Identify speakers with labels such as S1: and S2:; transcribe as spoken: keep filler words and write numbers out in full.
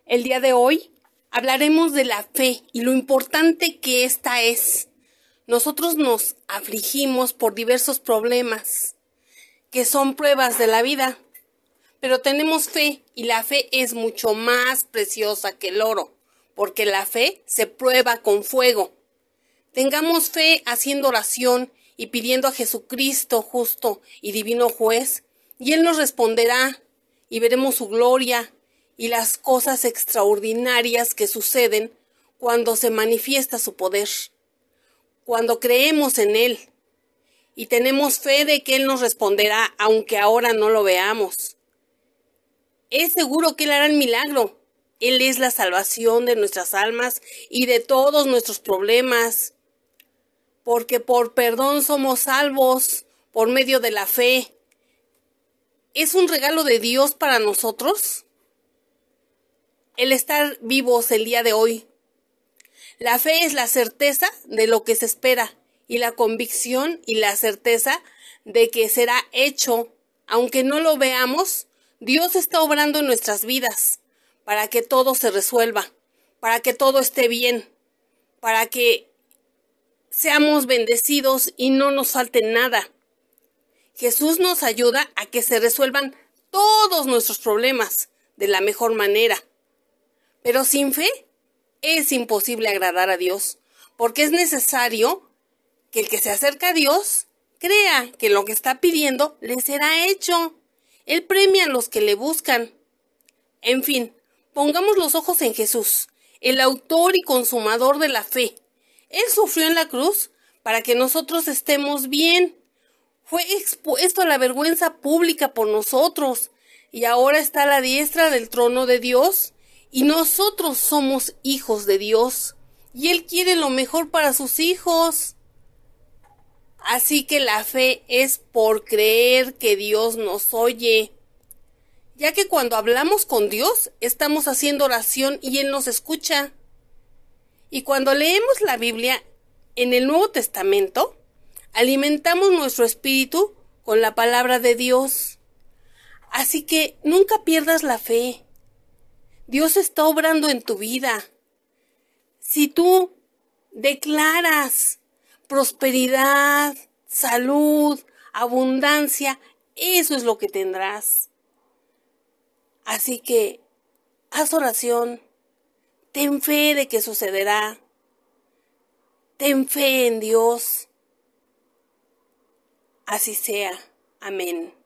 S1: El día de hoy hablaremos de la fe y lo importante que ésta es. Nosotros nos afligimos por diversos problemas, que son pruebas de la vida, pero tenemos fe y la fe es mucho más preciosa que el oro, porque la fe se prueba con fuego. Tengamos fe haciendo oración y pidiendo a Jesucristo justo y divino juez, y Él nos responderá y veremos su gloria y las cosas extraordinarias que suceden cuando se manifiesta su poder. Cuando creemos en Él y tenemos fe de que Él nos responderá, aunque ahora no lo veamos. Es seguro que Él hará el milagro. Él es la salvación de nuestras almas y de todos nuestros problemas. Porque por perdón somos salvos por medio de la fe. ¿Es un regalo de Dios para nosotros el estar vivos el día de hoy? La fe es la certeza de lo que se espera y la convicción y la certeza de que será hecho. Aunque no lo veamos, Dios está obrando en nuestras vidas para que todo se resuelva, para que todo esté bien, para que seamos bendecidos y no nos falte nada. Jesús nos ayuda a que se resuelvan todos nuestros problemas de la mejor manera. Pero sin fe es imposible agradar a Dios, porque es necesario que el que se acerca a Dios crea que lo que está pidiendo le será hecho. Él premia a los que le buscan. En fin, pongamos los ojos en Jesús, el autor y consumador de la fe. Él sufrió en la cruz para que nosotros estemos bien. Fue expuesto a la vergüenza pública por nosotros y ahora está a la diestra del trono de Dios y nosotros somos hijos de Dios y Él quiere lo mejor para sus hijos. Así que la fe es por creer que Dios nos oye, ya que cuando hablamos con Dios estamos haciendo oración y Él nos escucha. Y cuando leemos la Biblia en el Nuevo Testamento, alimentamos nuestro espíritu con la palabra de Dios. Así que nunca pierdas la fe. Dios está obrando en tu vida. Si tú declaras prosperidad, salud, abundancia, eso es lo que tendrás. Así que haz oración. Ten fe de que sucederá. Ten fe en Dios. Así sea. Amén.